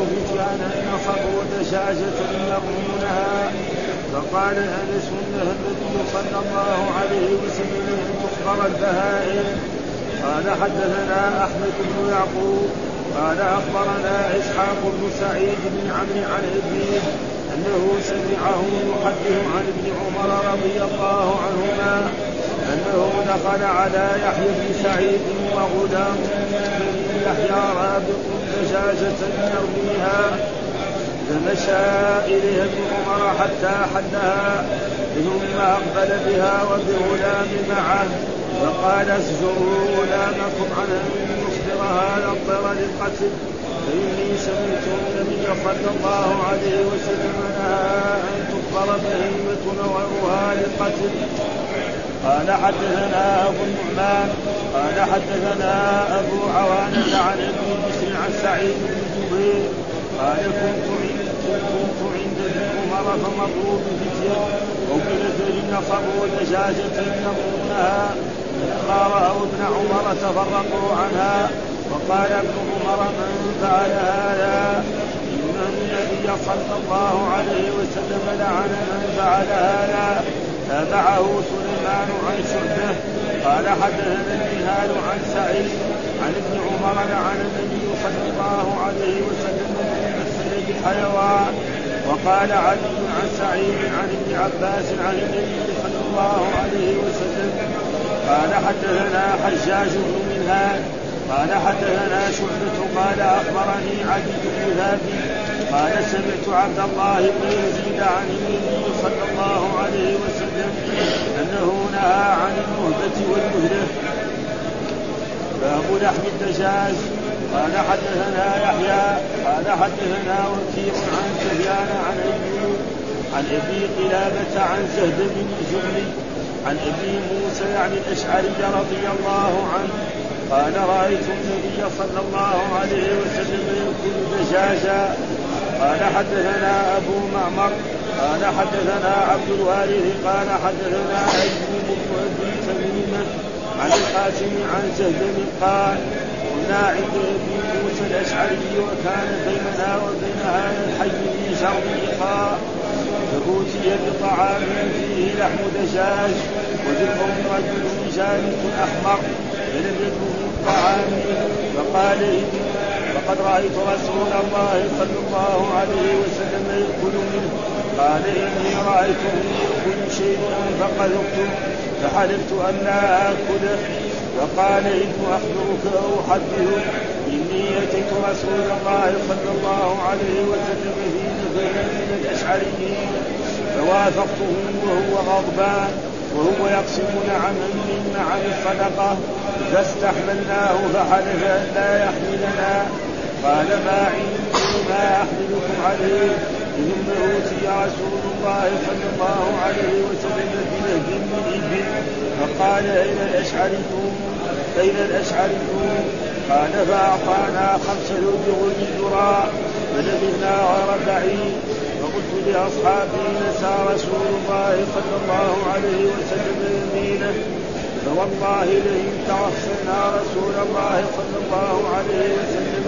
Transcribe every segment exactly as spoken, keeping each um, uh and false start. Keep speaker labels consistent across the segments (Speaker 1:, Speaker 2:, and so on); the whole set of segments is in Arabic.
Speaker 1: فتيانا نصبوا دجاجة يرمونها. فقال أنس نهى النبي صلى الله عليه وسلم أن تخبر البهائم. قال حدثنا أحمد بن يعقوب قال أخبرنا إسحاق بن سعيد بن عمرو عن أبيه أنه سمعه يحدث عن ابن عمر رضي الله عنهما أنه دخل على يحيى بن سعيد وغلام من يحيى رابط دجاجة يرميها فمشى إليها ابن عمر حتى حلها ثم أقبل بها وبغلام معه فقال اسجروا غلامكم عن أن يصدر هذا الضر للقتل فإني سمعت النبي صلى الله عليه وسلم نهى أن تكبر بهيمة نوعها للقتل. قال حدثنا أبو النعمان قال حدثنا أبو عوانة عن أبي بشر عن سعيد بن جبير قال كنت عند كنت عند ابن عمر فمروا بفتية وبنفر نصبوا دجاجة يرمونها فلما رأوا ابن عمر تفرقوا عنها وقال ابن عمر من فعل هذا إن النبي صلى الله عليه وسلم لعن من فعل هذا. تابعه سليمان عن شعبة قال حدثنا المنهال عن سعيد عن ابن عمر لعن النبي صلى الله عليه وسلم من مسجد الحيوان. وقال علي عن سعيد عن ابن عباس عن النبي صلى الله عليه وسلم قال حدثنا حجاج بن منهال قال حدثنا شعبة قال أخبرني عدي بن ثابت قال سمعت عبد الله بن يزيد عن النبي صلى الله عليه وسلم أنه نهى عن المهبة والمهلة. باب لحم الدجاج. قال حدثنا يحيى قال حدثنا وكيع عن سفيان عن أيوب عن أبي قلابة عن زهد بن الجمري عن أبي موسى يعني الأشعري رضي الله عنه قال رأيت النبي صلى الله عليه وسلم يأكل دجاجا. قال حدثنا أبو معمر قال حدثنا عبد الوارث قال حدثنا أيوب بن أبي تميمة عن القاسم عن زهد قال كنا عند أبي موسى الأشعري وكان بيننا وبين هذا الحي في شرب إخاء فأوتي بطعام فيه لحم دجاج وذكر رجل جالس أحمر فلم يكن من طعامه فقال فقد رأيت رسول الله صلى الله عليه وسلم يأكل منه. قال إني رأيته يأكل شيئا فقذفته فحلفت أن لا آكله. فقال إن أخبرك أو أحدثك إني أتيت رسول الله صلى الله عليه وسلم في نفر من الأشعريين فوافقته وهو غضبان وهو يقسم نعما من نعم الصدقة فاستحملناه فحلف أن لا يحملنا. قال ما عندي ما أحملكم عليه. ثم أوتي رسول الله صلى الله عليه وسلم بنهج من إبل فقال أين الأشعريون أين الأشعريون قال فأعطانا خمس لبغ الذراع فلبثنا غير بعيد. فقلت لأصحابي نسى رسول الله صلى الله عليه وسلم يمينه فوالله لئن توفينا رسول الله صلى الله عليه وسلم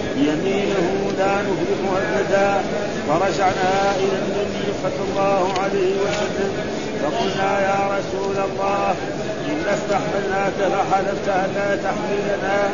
Speaker 1: يمينه لا نفلح أبدا. فرجعنا إلى النبي صلى الله عليه وسلم فقلنا يا رسول الله إن استحملناك فحلفت أن لا تحملنا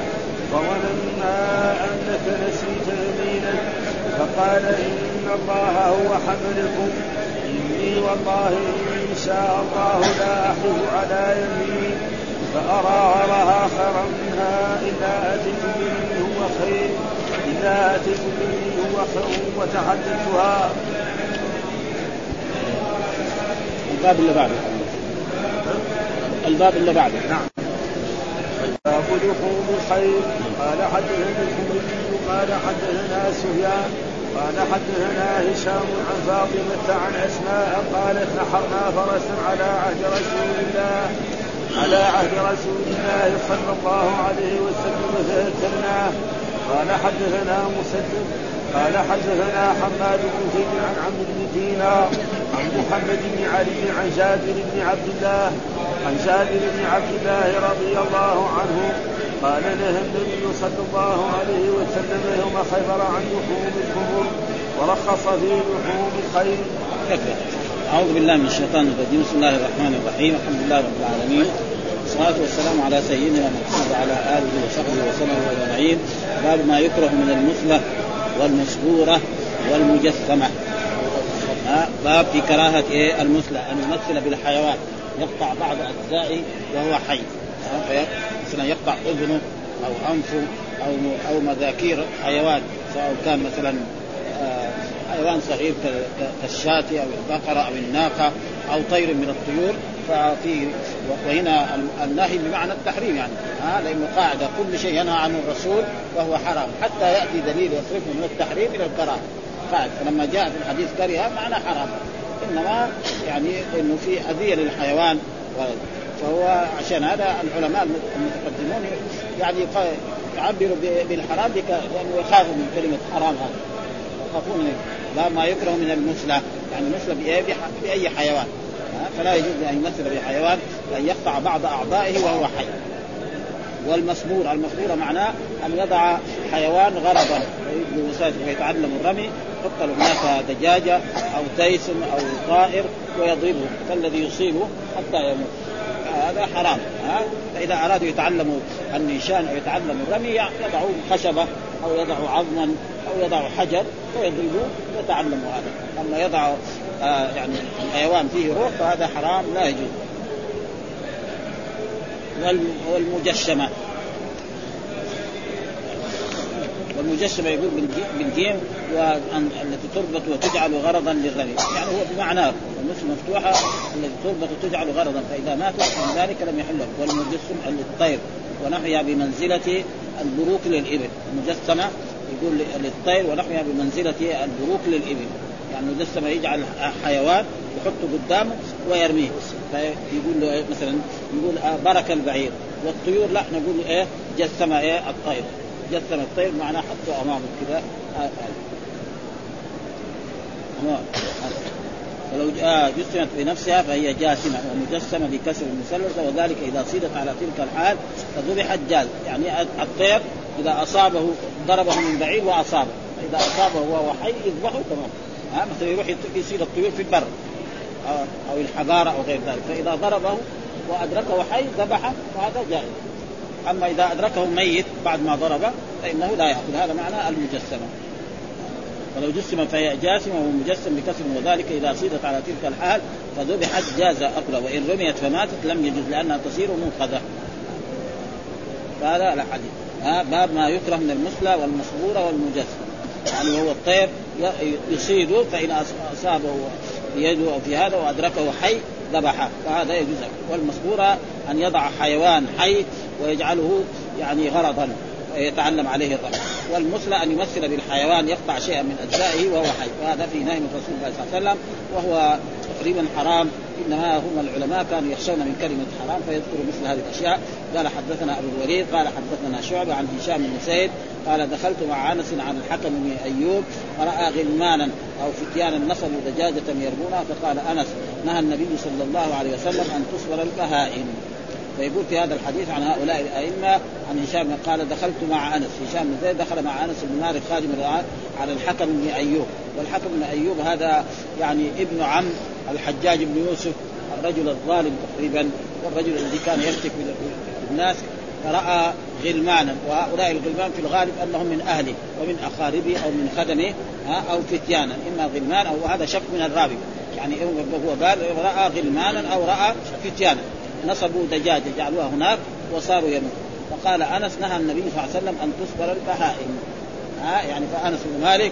Speaker 1: وظننا أنك نسيت يمينك. فقال إن الله هو حملكم إني والله إن شاء الله لا أحلف على يمين فأرى غيرها خيرا منها إلا أتيت به هو خير إلا أتيت به هو خير وتحدثتها.
Speaker 2: الباب اللي بعده الباب اللي بعده
Speaker 1: نعم. الباب لحوم الخيل. قال حدثنا الحميدي قال حدثنا سفيان قال حدثنا هشام عن فاطمة عن أسماء قالت نحرنا فرسا على عهد رسول الله على عهد رسول الله صلى الله عليه وسلم فأكلناه. قال حدثنا مسدد قال حدثنا حماد بن زيد عن عمرو بن دينار عن محمد بن علي عن جابر بن عبد الله عن جابر بن عبد الله رضي الله عنه قال نهى النبي صلى الله عليه وسلم يوم خيبر عن لحوم الكفر ورخص في لحوم الخير.
Speaker 2: أعوذ بالله من الشيطان الرجيم. بسم الله الرحمن الرحيم. الحمد لله رب العالمين والصلاة والسلام على سيدنا محمد وعلى آله وصحبه وسلم أجمعين. باب ما يكره من المثلة والمسبورة والمجسمة. باب في كراهة إيه المثلة أن يمثل بالحيوان، يقطع بعض أجزائه وهو حي، مثلا يقطع أذنه أو أنفه أو أو مذاكير حيوان، سواء كان مثلا حيوان صغير كالشاة أو البقرة أو الناقة أو طير من الطيور. ففي وهنا النهي بمعنى التحريم، يعني ها لأنه قاعدة كل شيء ينهى عنه الرسول فهو حرام، حتى يأتي دليل يصرفه من التحريم إلى الكراهة. قاعدة فلما جاء في الحديث كره معنى حرام، إنما يعني إنه في أذية للحيوان. فهو عشان هذا العلماء المتقدمون يعني يعبروا بالحرام لأنه يخافوا من كلمة حرام، هذا يخافون لا ما يكره من المثلة، يعني مثل بأي حيوان، فلا يجوز أن يمثل بحيوان أن يقطع بعض أعضائه وهو حي. والمسبور، المسبور معناه أن يضع حيوان غرضا ويتعلم الرمي، يحط له هناك دجاجة أو تيس أو طائر ويضربه فالذي يصيبه حتى يموت، هذا حرام. ها؟ فإذا أرادوا يتعلموا النيشان أو يتعلموا الرمي يضعوا خشبة أو يضعوا عظما أو يضعوا حجر ويضربوه ويتعلموا هذا. أما يضع آه يعني حيوان فيه روح فهذا حرام لا يجوز. والمجشمة، والمجشمة يقول بالجيم والتي تربط وتجعل غرضا للرمي، يعني هو بمعنى النص مفتوحة التي تربط وتجعل غرضا فإذا ماتوا من ذلك لم يحل. والمجسم للطير ونحيا بمنزلة البروك للإبل. المجسمة يقول للطير ونحيا بمنزلة البروك للإبل، يعني المجسمة يجعل حيوان يحطه قدامه ويرميه، فيقول له مثلا يقول برك البعير. والطيور لا نقول ايه جسم ايه الطير، جسم الطير معناه حطه امامه كذا. ولو جسمت بنفسها فهي جاسمة ومجسمة بكسر المثلثة، وذلك إذا صيدت على تلك الحال فذبحت جاز. يعني الطير إذا أصابه ضربه من بعيد وأصابه، إذا أصابه وهو حي يذبحه تمام. ها مثلا يروح يصيد الطيور في البر أو الحجارة أو غير ذلك، فإذا ضربه وأدركه حي ذبحه فهذا جائز. أما إذا أدركه ميت بعد ما ضربه فإنه لا يأكل. هذا معنى المجسمة. ولو جسم فهي جاسمة ومجسم بكسر، وذلك إذا صيدت على تلك الحال فذبحت جاز أكله، وإن رميت فماتت لم يجوز لأنها تصير منقذة. فهذا الحديث. ها باب ما يكره من المثلى والمسبورة والمجسم، يعني هو الطير يصيده فإن أصابه بيده أو في هذا وأدركه حي ذبحه فهذا يجوز. والمسبورة أن يضع حيوان حي ويجعله يعني غرضا يتعلم عليه الرمي. والمثلى أن يمثل بالحيوان يقطع شيئا من أجزائه وهو حي، وهذا في نهي من رسول الله صلى الله عليه وسلم وهو تقريبا حرام. إنما هم العلماء كانوا يخشون من كلمة حرام فيذكروا مثل هذه الأشياء. قال حدثنا أبو الوليد قال حدثنا شعبة عن هشام بن سعيد قال دخلت مع أنس عن الحكم بن أيوب فرأى غلمانا أو فتيانا نصبوا دجاجة يرمونها، فقال أنس نهى النبي صلى الله عليه وسلم أن تصور البهائم. فيقول في هذا الحديث عن هؤلاء الأئمة عن هشام قال دخلت مع أنس، هشام بن زيد دخل مع أنس بن مالك خادم على الحكم بن أيوب. والحكم بن أيوب هذا يعني ابن عم الحجاج بن يوسف الرجل الظالم تقريبا، والرجل الذي كان يفتك بالناس. فرأى غلمانا، وهؤلاء الغلمان في الغالب أنهم من أهله ومن أقاربه أو من خدمه أو فتيانا، إما غلمان أو هذا شك من الرابع، يعني هو قال رأى غلمانا أو رأى فتيانا نصبوا دجاجة جعلوها هناك وصاروا يموت. فقال أنس نهى النبي صلى الله عليه وسلم أن تصبر البهائم. ها يعني فأنس بن مالك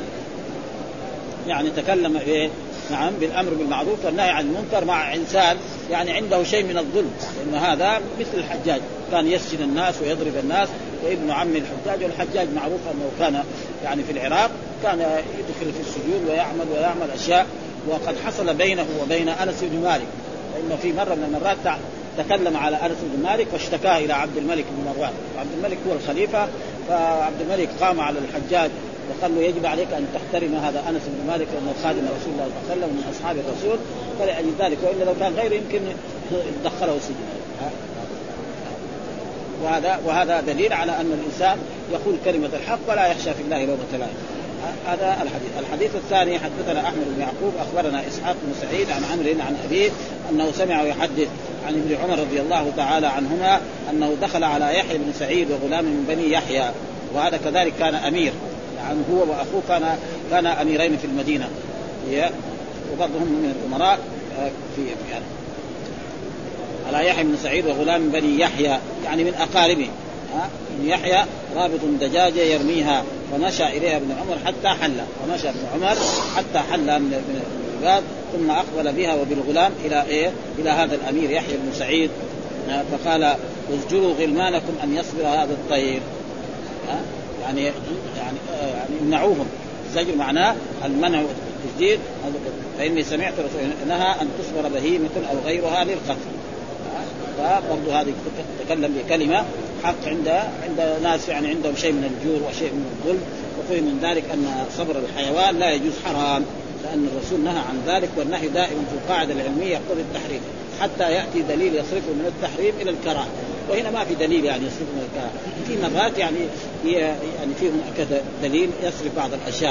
Speaker 2: يعني تكلم إيه نعم بالأمر بالمعروف والنهي عن المنكر مع إنسان يعني عنده شيء من الظلم، لأن هذا مثل الحجاج كان يسجن الناس ويضرب الناس، وابن عم الحجاج. والحجاج معروف أنه كان يعني في العراق كان يدخل في السجون ويعمل ويعمل أشياء. وقد حصل بينه وبين أنس بن مالك، لأنه في مرة من المرات تكلم على أنس بن مالك واشتكاه إلى عبد الملك بن مروان. عبد الملك هو الخليفة، فعبد الملك قام على الحجاج وقال له يجب عليك أن تحترم هذا أنس بن مالك لأنه خادم رسول الله صلى الله عليه وسلم من أصحاب الرسول، فلأجل ذلك وإلا لو كان غيره يمكن يدخله سجن. وهذا وهذا دليل على أن الإنسان يقول كلمة الحق ولا يخشى في الله لومة لائم. هذا الحديث. الحديث الثاني حدثنا أحمد بن يعقوب أخبرنا إسحاق بن سعيد عن عمرو عن أبيه أنه سمع يحدث عن ابن عمر رضي الله تعالى عنهما أنه دخل على يحيى بن سعيد وغلام من بني يحيى، وهذا كذلك كان أمير، يعني هو وأخوه كان كان أميرين في المدينة، وبعضهم من الأمراء في يعني على يحيى بن سعيد وغلام من بني يحيى يعني من أقاربه. ابن يحيى رابط دجاجة يرميها فمشى إليها ابن عمر حتى حل، ومشى ابن عمر حتى حل من البلاد ثم أقبل بها وبالغلام إلى إيه؟ إلى هذا الأمير يحيى بن سعيد، فقال ازجروا غلمانكم أن يصبر هذا الطير، يعني يعني يعني امنعوهم. الزجر معناه المنع والتجديد، فإني سمعت رسول نهى أن تصبر بهيمة أو غيرها للقتل. فبرضو هذه تكلم بكلمة حق عند عند ناس يعني عندهم شيء من الجور وشيء من الظلم، وفهم من ذلك أن صبر الحيوان لا يجوز حرام، لأن الرسول نهى عن ذلك، والنهي دائما في القاعدة العلمية يقتضي التحريم حتى يأتي دليل يصرفه من التحريم إلى الكراهة، وهنا ما في دليل يعني يصرفه من الكراهة. في مرات يعني يعني فيهم كذا دليل يصرف بعض الأشياء،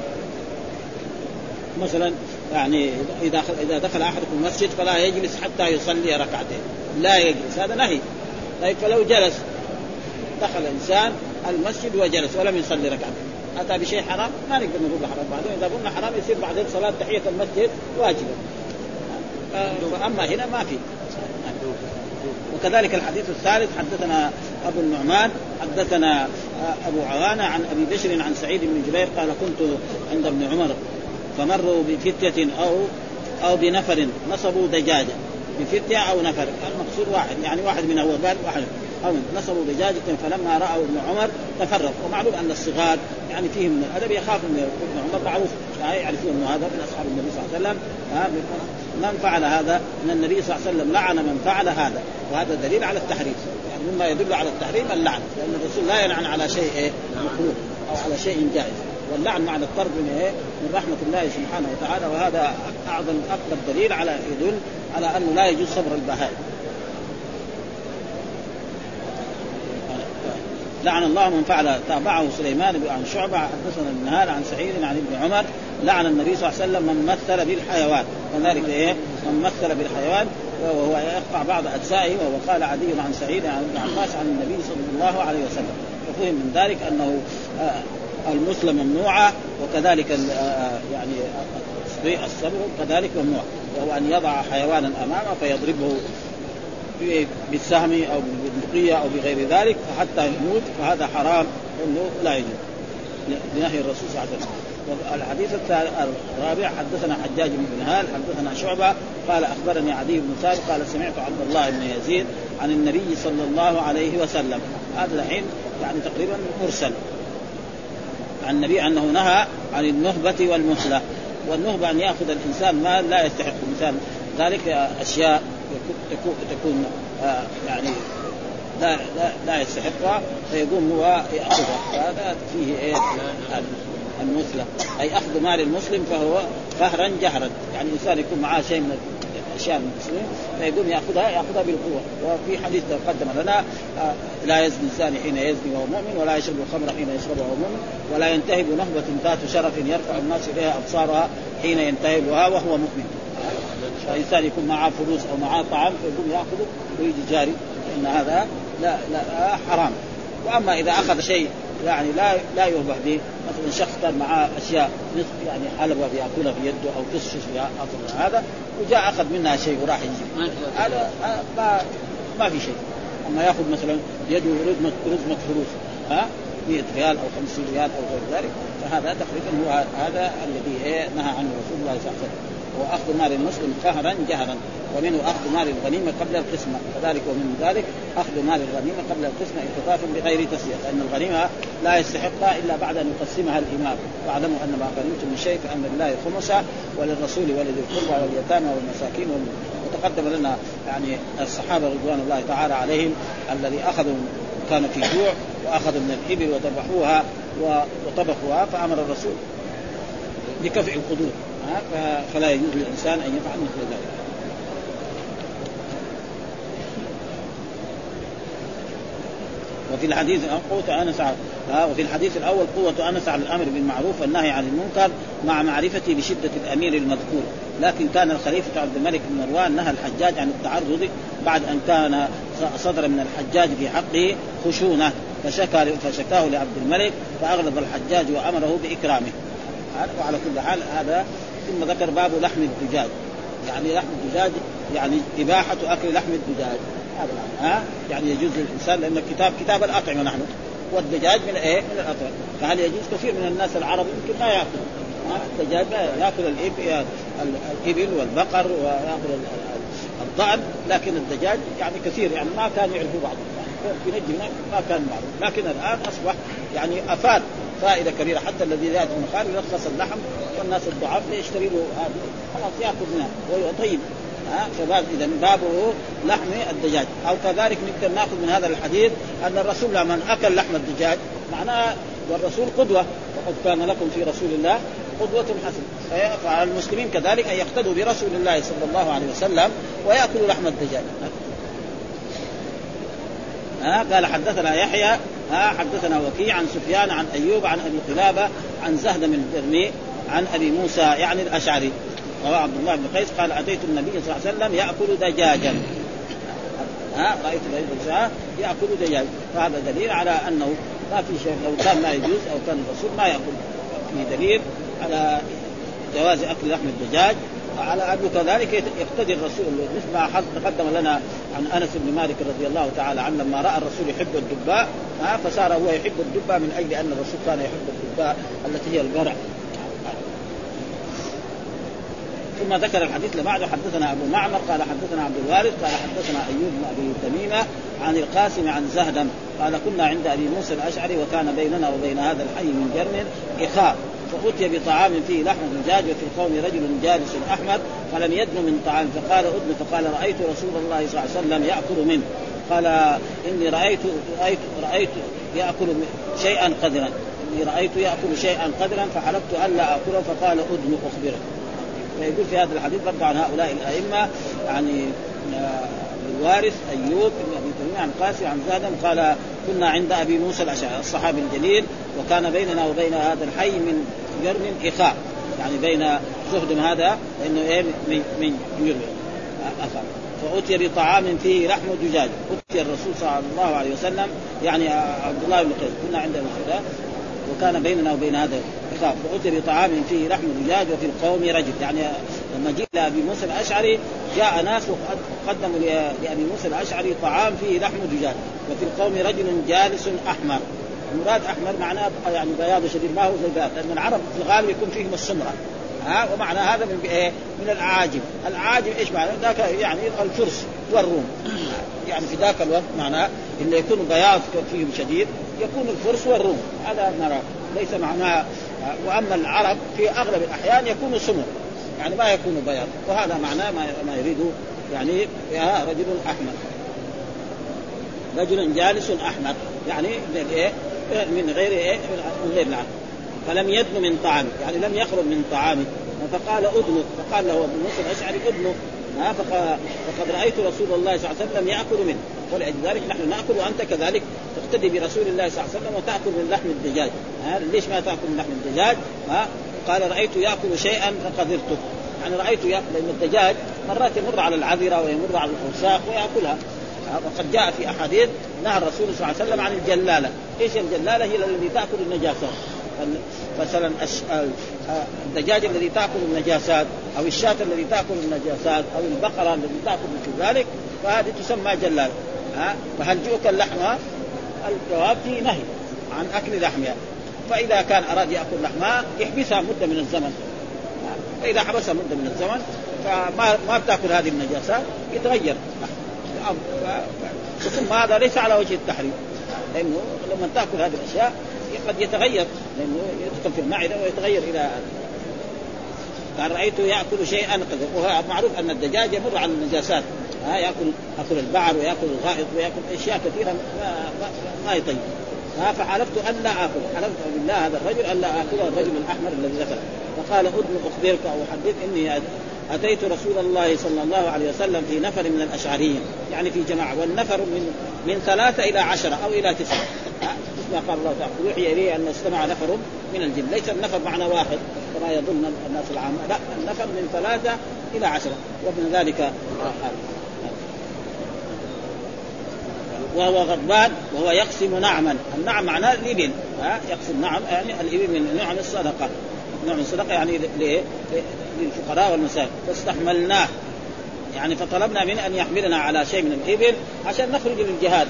Speaker 2: مثلا يعني إذا إذا دخل أحدكم المسجد فلا يجلس حتى يصلي ركعتين، لا يجلس، هذا نهي. طيب فلو جلس دخل إنسان المسجد وجلس ولم يصلي ركعتين أتى بشيء حرام، ما نقدر نقول له حرام. بعدين إذا قلنا حرام يصير بعدين صلاة تحية المسجد واجبة، فأما هنا ما في. وكذلك الحديث الثالث حدثنا أبو النعمان حدثنا أبو عوانة عن أبي بشر عن سعيد بن جبير قال كنت عند ابن عمر فمروا بفتية أو أو بنفر نصبوا دجاجة، بفتية أو نفر المقصود واحد، يعني واحد من أول بال واحد أو نصبوا دجاجة، فلما رأوا ابن عمر تفرق. ومعلوم أن الصغار يعني فيهم من الأدب يخاف من ابن عمر، معروف يعرفون أنه هذا من أصحاب النبي صلى الله عليه وسلم. من فعل هذا من النبي صلى الله عليه وسلم لعن من فعل هذا، وهذا دليل على التحريم، يعني مما يدل على التحريم اللعن، لأن الرسول لا يلعن على شيء مكروه أو على شيء جائز، واللعن معنى الطرد من إيه؟ من رحمة الله سبحانه وتعالى، وهذا أعظم أكبر دليل على يدل على أنه لا يجوز صبر البهائم. لعن الله من فعل. تابعه سليمان عن شعبة حدثنا النهار عن سعيد عن ابن عمر لعن النبي صلى الله عليه وسلم من مثل بالحيوان، وذلك إيه؟ من مثل بالحيوان وهو يقطع بعض أجزائه. وقال عدي عن سعيد عن ابن عباس عن النبي صلى الله عليه وسلم. وفهم من ذلك أنه المثل ممنوعة، وكذلك يعني الصبر كذلك ممنوع، وهو أن يضع حيوانا أمامه فيضربه بالسهم أو بالبندقية أو بغير ذلك حتى يموت، فهذا حرام إنه لا يجوز لنهي الرسول صلى الله عليه وسلم. الحديث الرابع حدثنا حجاج بن منهال حدثنا شعبة قال أخبرني عدي بن ثابت قال سمعت عبد الله بن يزيد عن النبي صلى الله عليه وسلم. هذا الحين يعني تقريبا مرسل عن النبي أنه نهى عن النهبة والمثلة. والنهبة أن يأخذ الإنسان مال لا يستحق، مثال ذلك أشياء تكون, تكون آه يعني لا, لا, لا يستحقها فيقوم هو يأخذها، هذا فيه إيه المثلة، أي أخذ مال المسلم فهو قهرا جهرا، يعني إنسان يكون معاه شيء من الأشياء المسلمين فيقوم يأخذها يأخذها بالقوة. وفي حديث تقدم لنا آه لا يزني الزاني حين يزني وهو مؤمن، ولا يشرب الخمر حين يشربها وهو مؤمن، ولا ينتهب نهبة ذات شرف يرفع الناس إليها أبصارها حين ينتهبها وهو مؤمن. فإنسان يكون معاه فلوس أو معاه طعام فيقوم يأخذه ويجي جاري، إن هذا لا لا حرام. وأما إذا أخذ شيء يعني لا لا يربح به، مثلا شخص كان معاه أشياء نصف يعني حلبة بيأكلها في يده أو تسشش بها أصلا هذا، وجاء أخذ منها شيء وراح يجيب، هذا ما ما في شيء. أما يأخذ مثلا يده رزمة رزمة فلوس ها مئة ريال أو خمسين ريال أو غير ذلك، فهذا تقريبا هو هذا الذي نهى عنه رسول الله صلى الله عليه وسلم. وأخذ مال المسلم قهرا جهرا، ومنه أخذ مال الغنيمة قبل القسمة، كذلك ومن ذلك أخذ مال الغنيمة قبل القسمة اختطافا بغير تسوية، لأن الغنيمة لا يستحقها إلا بعد أن يقسمها الإمام. واعلموا أن ما غنمتم من شيء فأن لله خمسه وللرسول ولذي القربى واليتامى والمساكين. وتقدم لنا يعني الصحابة رضوان الله تعالى عليهم الذي أخذوا كان في جوع وأخذوا من الإبل وذبحوها وطبخوها، فأمر الرسول بكفء القدور، فلا يجوز للإنسان أن يفعل مثل ذلك. وفي الحديث قوة أنس ها وفي الحديث الأول قوة أنس على الأمر بالمعروف والنهي عن المنكر مع معرفته بشدة الأمير المذكور. لكن كان الخليفة عبد الملك بن مروان نهى الحجاج عن التعرض بعد أن كان صدر من الحجاج في حقه خشونة فشكى فشكاه لعبد الملك فأغلب الحجاج وأمره بإكرامه. وعلى كل حال هذا. ثم ذكر باب لحم الدجاج، يعني لحم الدجاج يعني إباحة أكل لحم الدجاج هذا ها يعني يجوز للإنسان، لأن الكتاب كتاب الأطعمة نحن والدجاج من إيه من الأطعمة. فهل يجوز؟ كثير من الناس العرب يمكن ما يأكل الدجاج، يأكل الإبل الإبل والبقر ويأكل الضأن، لكن الدجاج يعني كثير يعني ما كانوا يعرفوا بعض في نجم ما كان معروف. لكن الآن أصبح يعني أفاد فائدة كبيرة، حتى الذي ذات المخالف يرخص اللحم والناس الضعاف يشتري له هذا خلاص يأكل منها وهو طيب. ها فباب إذا بابه لحم الدجاج. أو كذلك نقدر نأخذ من هذا الحديث أن الرسول لمن أكل لحم الدجاج معناه والرسول قدوة، وقد كان لكم في رسول الله قدوة حسنة. فعلى المسلمين كذلك أن يقتدوا برسول الله صلى الله عليه وسلم ويأكلوا لحم الدجاج. ها قال حدثنا يحيى ها حدثنا وكيع عن سفيان عن أيوب عن أبي قلابة عن زهد من الدرمي عن أبي موسى يعني الأشعري رواه عبد الله بن قيس قال أتيت النبي صلى الله عليه وسلم يأكل دجاجا. ها رأيت دجاجا يأكل دجاج، فهذا دليل على أنه ما في شيء لو كان ما يجوز أو كان الرسول ما يأكل، في دليل على جواز أكل لحم الدجاج. على أنه كذلك يقتدي الرسول مثل ما تقدم لنا عن أنس بن مالك رضي الله تعالى عنه لما رأى الرسول يحب الدباء فصار هو يحب الدباء من أجل أن الرسول كان يحب الدباء التي هي القرع. ثم ذكر الحديث لبعده حدثنا أبو معمر قال حدثنا عبد الوارث قال حدثنا أيوب بن أبي تميمة عن القاسم عن زهدم قال كنا عند أبي موسى الأشعري وكان بيننا وبين هذا الحي من جرن إخاء فأتي بطعام فيه لحم دجاج وفي القوم رجل جالس أحمد فلم يدن من طعام فقال أدن فقال رأيت رسول الله صلى الله عليه وسلم يأكل منه قال إني رأيت رأيت رأيت يأكل شيئا قدرا إني رأيت يأكل شيئا قدرا فحلفت ألا أكله فقال أدن أخبره. فيقول في هذا الحديث رد عن هؤلاء الأئمة يعني الوارث أيوب بن أبي تميم عن قاسم عن زادم قال كنا عند أبي موسى الأشعري الصحابي الجليل وكان بيننا وبين هذا الحي من جرن إخاء يعني بين زهدم هذا إنه إيه من من جرن أخاء فأتي بطعام فيه لحم دجاج. أتي الرسول صلى الله عليه وسلم يعني عبد الله بن قيس كنا عند المسجد وكان بيننا وبين هذا إخاء فأتي بطعام فيه لحم دجاج وفي القوم رجل يعني لما جاء لأبي موسى الأشعري جاء ناس وقدموا لأبي موسى الأشعري طعام فيه لحم دجاج وفي القوم رجل جالس أحمر. المراد أحمر معناه يعني بياض شديد ما هو زي بياض لأن العرب في الغالب يكون فيهم السمرة ها ومعنى هذا من إيه من الأعاجم. الأعاجم إيش معناه ذاك يعني الفرس والروم يعني في ذاك الوقت معناه اللي يكون بياض فيهم شديد يكون الفرس والروم هذا نرى ليس معناه. وأما العرب في أغلب الأحيان يكون سمر يعني ما يكون بياض وهذا معناه ما يريده يعني يا رجل أحمر رجل جالس أحمر يعني من إيه من غير إيه من غير العرب فلم يدن من طعامه يعني لم يخرج من طعامه فقال أدنه فقال له ابن موسى الأشعري أدنه ها فقد رأيت رسول الله صلى الله عليه وسلم يأكل منه ولذلك نحن نأكل وأنت كذلك تقتدي برسول الله صلى الله عليه وسلم وتأكل من لحم الدجاج. ها ليش ما تأكل من لحم الدجاج؟ ها قال رأيت يأكل شيئا فقدرته يعني رأيت يأكل لأن الدجاج مرات يمر على العذرة ويمر على الأوساخ ويأكلها. وقد جاء في أحاديث نهى الرسول صلى الله عليه وسلم عن الجلالة. إيش الجلالة؟ هي التي تأكل النجاسات مثلا الدجاج الذي تأكل النجاسات أو الشاة الذي تأكل النجاسات أو البقرة التي تأكل مثل ذلك فهذه تسمى جلالة. ها فهل جئك اللحمة؟ الجواب فيه نهي عن أكل لحمها. فإذا كان أراد يأكل لحمها يحبسها مدة من الزمن فإذا حبسها مدة من الزمن فما ما بتأكل هذه النجاسات يتغير. ثم هذا ليس على وجه التحريم لأنه لما تأكل هذه الأشياء قد يتغير لأنه يدخل في المعدة ويتغير إلى كان رأيته يأكل شيئا قدر. وهو معروف أن الدجاج يمر على النجاسات ها يأكل أكل البعر ويأكل الغائط ويأكل أشياء كثيرة ما, ما, ما يطيب. ها فحلفت أن لا آكل حلفت بالله هذا الرجل أن لا آكل الرجل الأحمر الذي ذكر فقال أدن أخبرك أو حدث إني أتيت رسول الله صلى الله عليه وسلم في نفر من الأشعريين، يعني في جماعة، والنفر من من ثلاثة إلى عشرة أو إلى تسعة، مثل قال الله تعالى يوحي إليه أن استمع نفر من الجن. ليس النفر معنى واحد كما يظن الناس العامة، لا، النفر من ثلاثة إلى عشرة، ومن ذلك وهو غضبان وهو يقسم نعما. النعم معناه الإبل، ها يقسم نعم يعني الإبل من نعم الصدقة، نعم الصدقة يعني للفقراء والمساكين. فاستحملناه يعني فطلبنا من أن يحملنا على شيء من الإبل عشان نخرج للجهاد،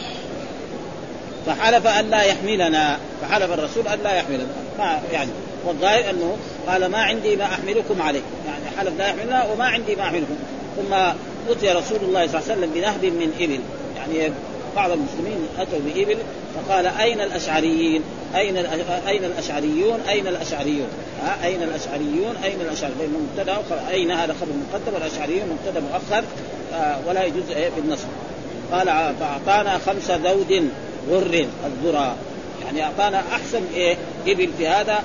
Speaker 2: فحلف أن لا يحملنا، فحلف الرسول أن لا يحملنا، ما يعني والظاهر أنه قال ما عندي ما أحملكم عليه، يعني حلف لا يحملنا وما عندي ما أحملكم. ثم أتي رسول الله صلى الله عليه وسلم بنهب من إبل، يعني بعض المسلمين أتوا بإبل، فقال أين الأشعريين أين أين الأشعريون أين الأشعريون ها أين الأشعريون أين الأشعريون بين مبتدأ أين هذا خبر مقدم والأشعريون مبتدأ مؤخر ولا يجوز بالنصب. قال فأعطانا خمس ذود غر الذرى، يعني أعطانا أحسن إيه إبل في هذا،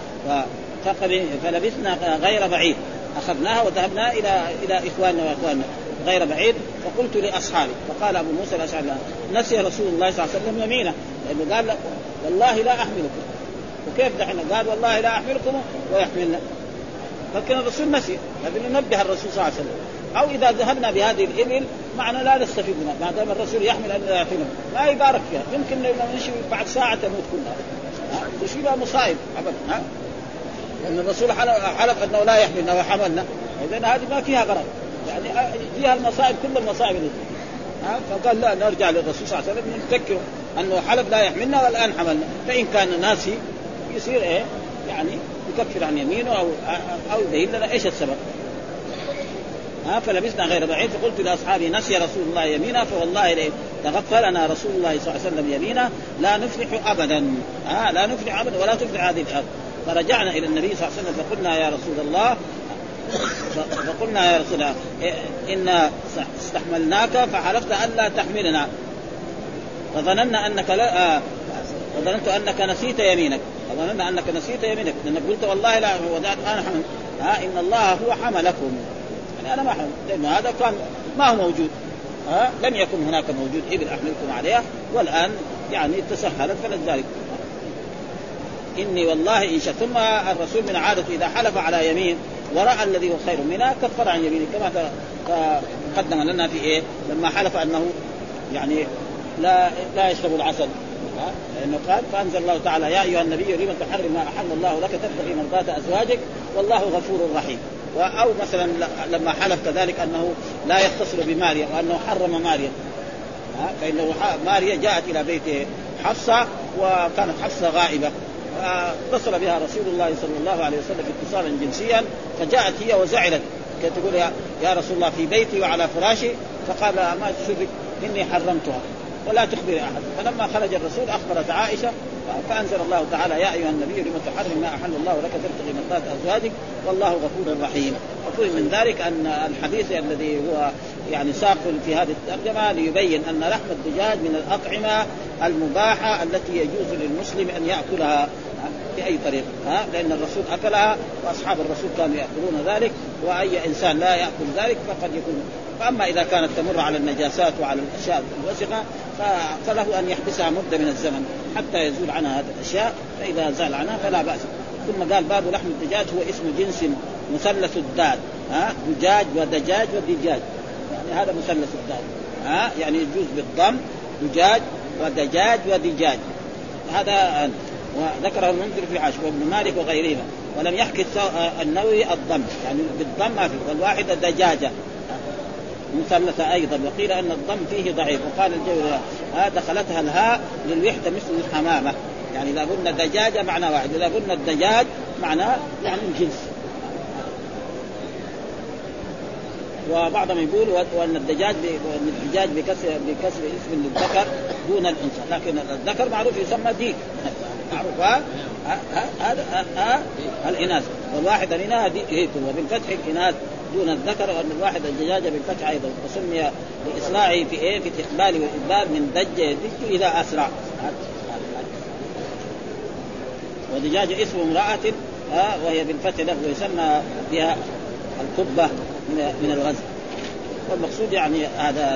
Speaker 2: فلبثنا غير بعيد أخذناها وذهبنا إلى إلى إخواننا وإخواننا غير بعيد. فقلت لأصحابي، فقال أبو موسى الأشعري نسي رسول الله صلى الله عليه وسلم يمينه، لأنه قال والله لا أحملكم، وكيف دحين قال والله لا أحملكم ويحملنا، لكن الرسول نسي. هذا ننبه الرسول صلى الله عليه وسلم. أو إذا ذهبنا بهذه الإبل معنا لا نستفيد منها، ما دام الرسول يحمل أن لا يحملنا ما يبارك فيها، يمكن لما نمشي بعد ساعة تموت كلها، تشيلها مصائب أبدا، ها لأن الرسول حلف أنه لا يحملنا وحملنا، إذن هذه ما فيها غرض، يعني فيها المصائب كل المصائب اللي ها. فقال لا نرجع للرسول صلى الله عليه وسلم نذكره أنه حلف لا يحملنا والآن حملنا، فإن كان ناسي يصير إيه يعني يكفر عن يمينه أو أو يبين لنا إيش السبب. ها فلبثنا غير بعيد. فقلت لأصحابي نسي رسول الله يمينا، فوالله لئن تغفلنا رسول الله صلى الله عليه وسلم يمينا لا نفلح أبدا، ها لا نفلح أبدا ولا تفلح هذه الأرض. فرجعنا إلى النبي صلى الله عليه وسلم فقلنا يا رسول الله فقلنا يا رسول الله إن استحملناك فحلفت أن لا تحملنا، فظننا أنك لا آه وظننت أنك نسيت يمينك، وظننا أنك نسيت يمينك لأنك قلت والله لا وذات أنا حمل، ها إن الله هو حملكم، يعني أنا ما حمل، لأن هذا كان ما هو موجود، ها لم يكن هناك موجود إبل أحملكم عليها، والآن يعني تسهلت فلذلك إني والله إن شاء. ثم الرسول من عادته إذا حلف على يمين ورأى الذي هو خير منها كفر عن يمينه، كما تقدم لنا في إيه لما حلف أنه يعني لا لا يشرب العسل، لأنه قال فأنزل الله تعالى يا أيها النبي لمن تحرم ما أحل الله لك تبتغي مرضات أزواجك والله غفور رحيم. أو مثلا لما حلف كذلك أنه لا يتصل بماريا وأنه حرم ماريا، فإنه ماريا جاءت إلى بيت حفصة وكانت حفصة غائبة، فاتصل بها رسول الله صلى الله عليه وسلم اتصالا جنسيا، فجاءت هي وزعلت كانت تقول يا رسول الله في بيتي وعلى فراشي، فقال ما تشوفك إني حرمتها ولا تخبر أحد. فلما خرج الرسول أخبرت عائشة فأنزل الله تعالى يا أيها النبي لم تحرم ما أحل الله لك تبتغي مرضات أزواجك والله غفور رحيم. وفهم من ذلك أن الحديث الذي هو يعني ساق في هذه الترجمة ليبين أن لحم الدجاج من الأطعمة المباحة التي يجوز للمسلم أن يأكلها بأي طريقة، ها لأن الرسول أكلها وأصحاب الرسول كانوا يأكلون ذلك، وأي إنسان لا يأكل ذلك فقد يكون. فأما إذا كانت تمر على النجاسات وعلى الأشياء الوسخة فله أن يحبسها مدة من الزمن حتى يزول عنها هذه الأشياء، فإذا زال عنها فلا بأس. ثم قال باب لحم الدجاج هو اسم جنس مثلث الدال، ها دجاج ودجاج ودجاج، يعني هذا مثلث الدال، ها يعني يجوز بالضم دجاج ودجاج ودجاج. هذا وذكره المنذر في عاشر وابن مالك وغيرهما، ولم يحكي النووي الضم، يعني بالضم ما في، والواحدة دجاجة مثلثة أيضا، وقيل أن الضم فيه ضعيف. وقال الجوهري ها دخلتها الهاء للوحدة مثل الحمامة، يعني إذا قلنا دجاجة معنى واحد، إذا قلنا الدجاج معناه يعني الجنس. وبعضهم يقول وأن الدجاج وأن الدجاج بكسر بكسر اسم للذكر دون الأنثى، لكن الذكر معروف يسمى ديك معروف، هذا الإناث، والواحد الإناث ديك، وبالفتح الإناث دون الذكر، وأن الواحد الدجاجة بالفتح أيضا، وسمي لإسراعه في إيه في الإقبال والإدبار من دج يدج إذا أسرع. ودجاجة اسم امرأة وهي بالفتح له ويسمى بها القبة من من الغزو. والمقصود يعني هذا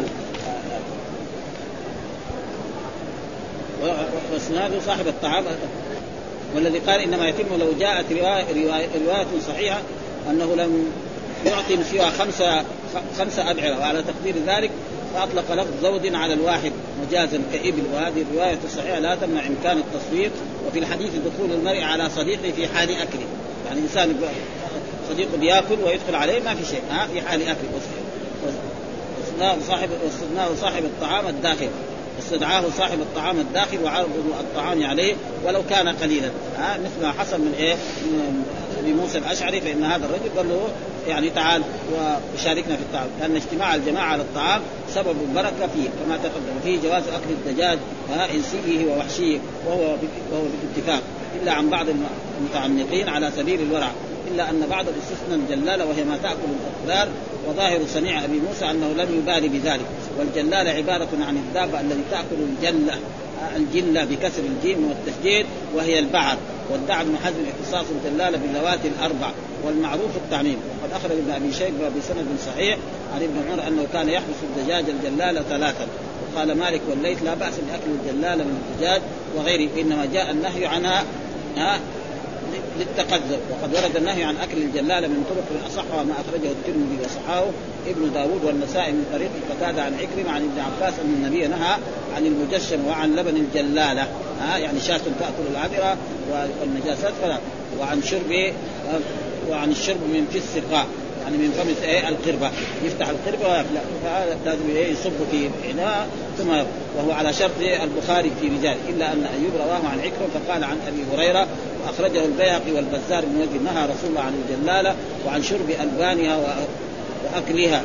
Speaker 2: واسناده صاحب الطعام. والذي قال إنما يتم لو جاءت رواية, رواية, رواية صحيحة أنه لم يعطي سوى خمسة خمسة أبعرة، وعلى تقدير ذلك فأطلق لفظ زود على الواحد مجازا كإبل. وهذه الرواية الصحيحة لا تمنع إمكان التصوير. وفي الحديث دخول المرء على صديقه في حال أكله، يعني إنسان صديقه بيأكل ويدخل عليه ما في شيء ها في حال أكل. واستدعاه صاحب واستدعاه صاحب الطعام الداخل استدعاه صاحب الطعام الداخل وعرض الطعام عليه ولو كان قليلا، ها مثل ما حصل من إيه من موسى الأشعري. فإن هذا الرجل قال له يعني تعال وشاركنا في الطعام، لأن اجتماع الجماعة على الطعام سبب البركة فيه كما تقدم. فيه جواز أكل الدجاج إنسيه ووحشيه وهو وهو بالاتفاق، إلا عن بعض المتعمقين على سبيل الورع، إلا أن بعض الاستثناء الجلالة وهي ما تأكل الأخضار. وظاهر صنيع أبي موسى أنه لم يبالي بذلك. والجلالة عبارة عن الدابة التي تأكل الجلة الجلة بكسر الجيم والتشديد وهي البعر. والدعاء ابن حزم اختصاص الجلالة بالذوات الأربع، والمعروف التعميم. وقد أخرج ابن أبي شيبة بسند صحيح عن ابن عمر أنه كان يحبس الدجاج الجلالة ثلاثا. وقال مالك والليث لا بأس بأكل الجلالة من الدجاج وغيره، إنما جاء النهي عنها ها للتقذر. وقد ورد النهي عن أكل الجلالة من طرق أصحها ما أخرجه الترمذي وصححه ابن داود والنسائي من طريق قتادة عن عكرمة عن ابن عباس أن النبي نهى عن المجشم وعن لبن الجلالة، ها يعني شاة تأكل العذرة والنجاسات فلا، وعن شرب وعن الشرب من في السقاء يعني من فم ايه القربة، يفتح القربة فهذا لازم يصب في إناء ثم، وهو على شرط البخاري في رجال، إلا أن أيوب رواه عن عكرمة فقال عن أبي هريرة وأخرجه البيهقي والبزار من وجه نهى رسول الله عن الجلالة وعن شرب ألبانها وأكلها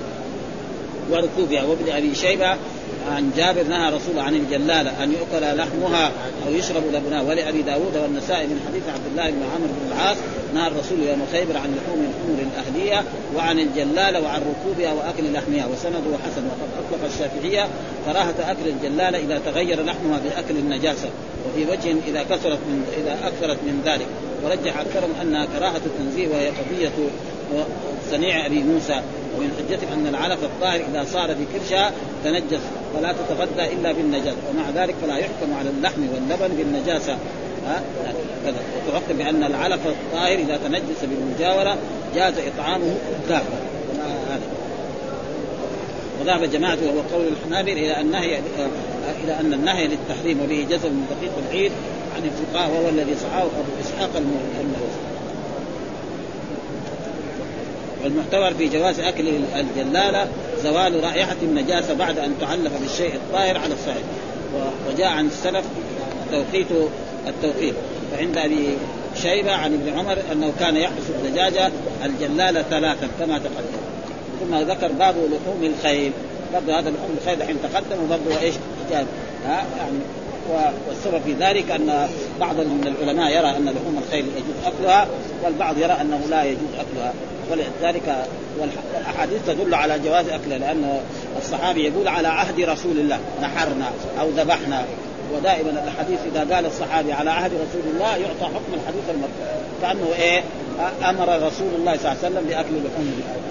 Speaker 2: وركوبها. وابن أبي شيبة عن جابر نهى رسول عن الجلالة أن يؤكل لحمها أو يشرب لبنها. ولأبي داود والنسائي من حديث عبد الله بن عمرو بن العاص نهى الرسول يوم خيبر عن لحوم الحمر الأهلية وعن الجلالة وعن ركوبها وأكل لحمها، وسنده حسن. وقد أطلق الشافعية كراهة أكل الجلالة إذا تغير لحمها بأكل النجاسة، وفي وجه إذا كثرت من إذا أكثرت من ذلك. ورجح أكثرهم أنها كراهة التنزيه، وهي قضية صنيع أبي موسى. ومن حجتهم أن العلف الطاهر إذا صار في كرشها تنجس ولا تتغذى إلا بالنجاسة، ومع ذلك فلا يحكم على اللحم واللبن بالنجاسة. ها كذا. وتحكم بأن العلف الطاهر إذا تنجس بالمجاورة جاز إطعامه كافة. وذهب جماعة وهو قول الحنابل إلى النهي إلى أن النهي للتحريم، وبه جزم من دقيق العيد عن الفقهاء وهو الذي صححه أبو إسحاق المروزي. والمعتبر في جواز أكل الجلالة زوال رائحة النجاسة بعد أن تعلف بالشيء الطاهر على الصحيح. وجاء عن السلف توقيت التوقيت. فعند أبي شيبة عن ابن عمر أنه كان يحبس الدجاجة الجلالة ثلاثا كما تقدم. ثم ذكر باب لحوم الخيل، برضو هذا لحوم الخيل الحين تقدم وبرضو إيش جاب ها يعني. والسبب في ذلك أن بعض من العلماء يرى أن لحوم الخيل يجوز أكلها، والبعض يرى أنه لا يجوز أكلها. ولذلك والأحاديث تدل على جواز أكلها، لأن الصحابي يقول على عهد رسول الله نحرنا أو ذبحنا. ودائما الحديث إذا قال الصحابي على عهد رسول الله يعطى حكم الحديث المرفوع، كأنه إيه أمر رسول الله صلى الله عليه وسلم بأكل لحوم الخيل.